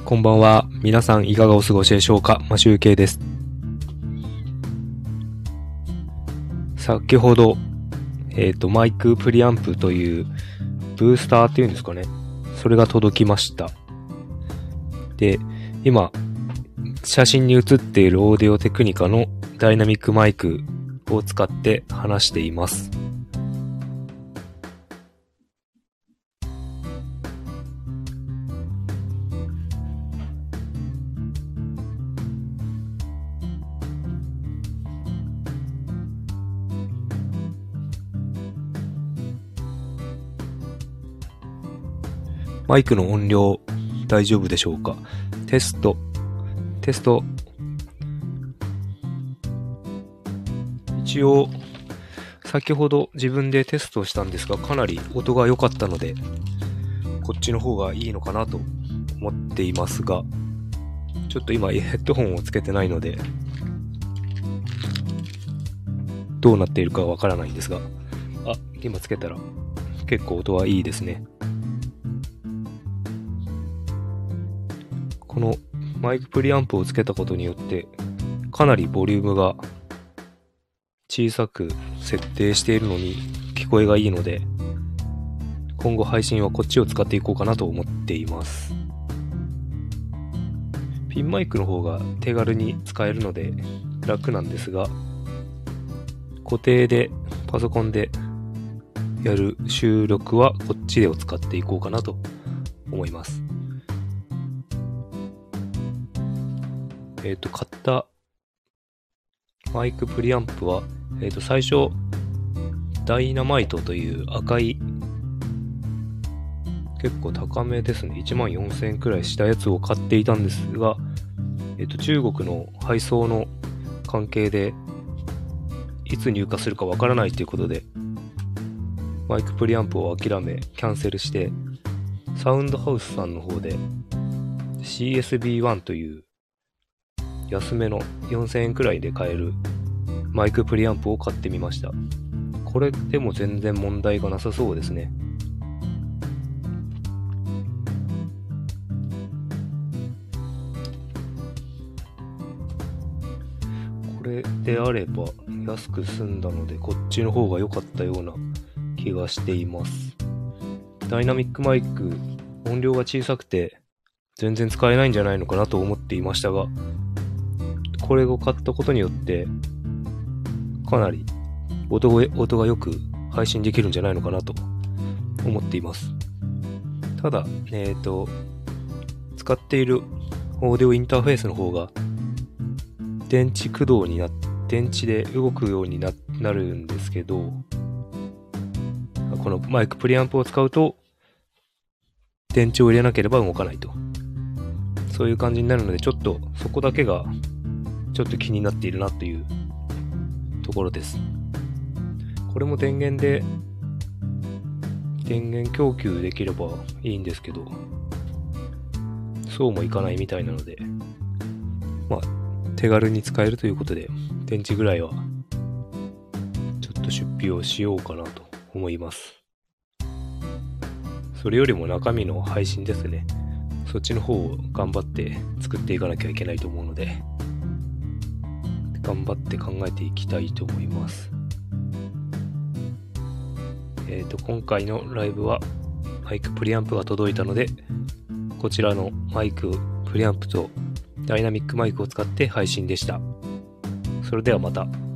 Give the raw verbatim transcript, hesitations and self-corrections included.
こんばんは。皆さんいかがお過ごしでしょうか。マシュウケイです。先ほど、えっと、マイクプリアンプというブースターっていうんですかね。それが届きました。で、今、写真に写っているオーディオテクニカのダイナミックマイクを使って話しています。マイクの音量大丈夫でしょうか。テスト、テスト。一応、先ほど自分でテストしたんですが、かなり音が良かったので、こっちの方がいいのかなと思っていますが、ちょっと今ヘッドホンをつけてないので、どうなっているかわからないんですが、あ、今つけたら結構音はいいですね。このマイクプリアンプをつけたことによってかなりボリュームが小さく設定しているのに聞こえがいいので、今後配信はこっちを使っていこうかなと思っています。ピンマイクの方が手軽に使えるので楽なんですが、固定でパソコンでやる収録はこっちを使っていこうかなと思います。えっと、買ったマイクプリアンプは、えっと、最初、ダイナマイトという赤い、結構高めですね。いちまんよんせんえんくらいしたやつを買っていたんですが、えっと、中国の配送の関係で、いつ入荷するかわからないということで、マイクプリアンプを諦め、キャンセルして、サウンドハウスさんの方で、シーエスビーワン という、安めのよんせんえんくらいで買えるマイクプリアンプを買ってみました。これでも全然問題がなさそうですね。これであれば安く済んだので、こっちの方が良かったような気がしています。ダイナミックマイク、音量が小さくて全然使えないんじゃないのかなと思っていましたが、これを買ったことによってかなり音が、音がよく配信できるんじゃないのかなと思っています。ただ、えっと、使っているオーディオインターフェースの方が電池駆動になって、電池で動くように な, なるんですけど、このマイクプリアンプを使うと電池を入れなければ動かないと、そういう感じになるので、ちょっとそこだけがちょっと気になっているなというところです。これも電源で電源供給できればいいんですけど、そうもいかないみたいなので、まあ手軽に使えるということで、電池ぐらいはちょっと出費をしようかなと思います。それよりも中身の配信ですね。そっちの方を頑張って作っていかなきゃいけないと思うので、頑張って考えていきたいと思います。えっと、今回のライブはマイクプリアンプが届いたので、こちらのマイクプリアンプとダイナミックマイクを使って配信でした。それではまた。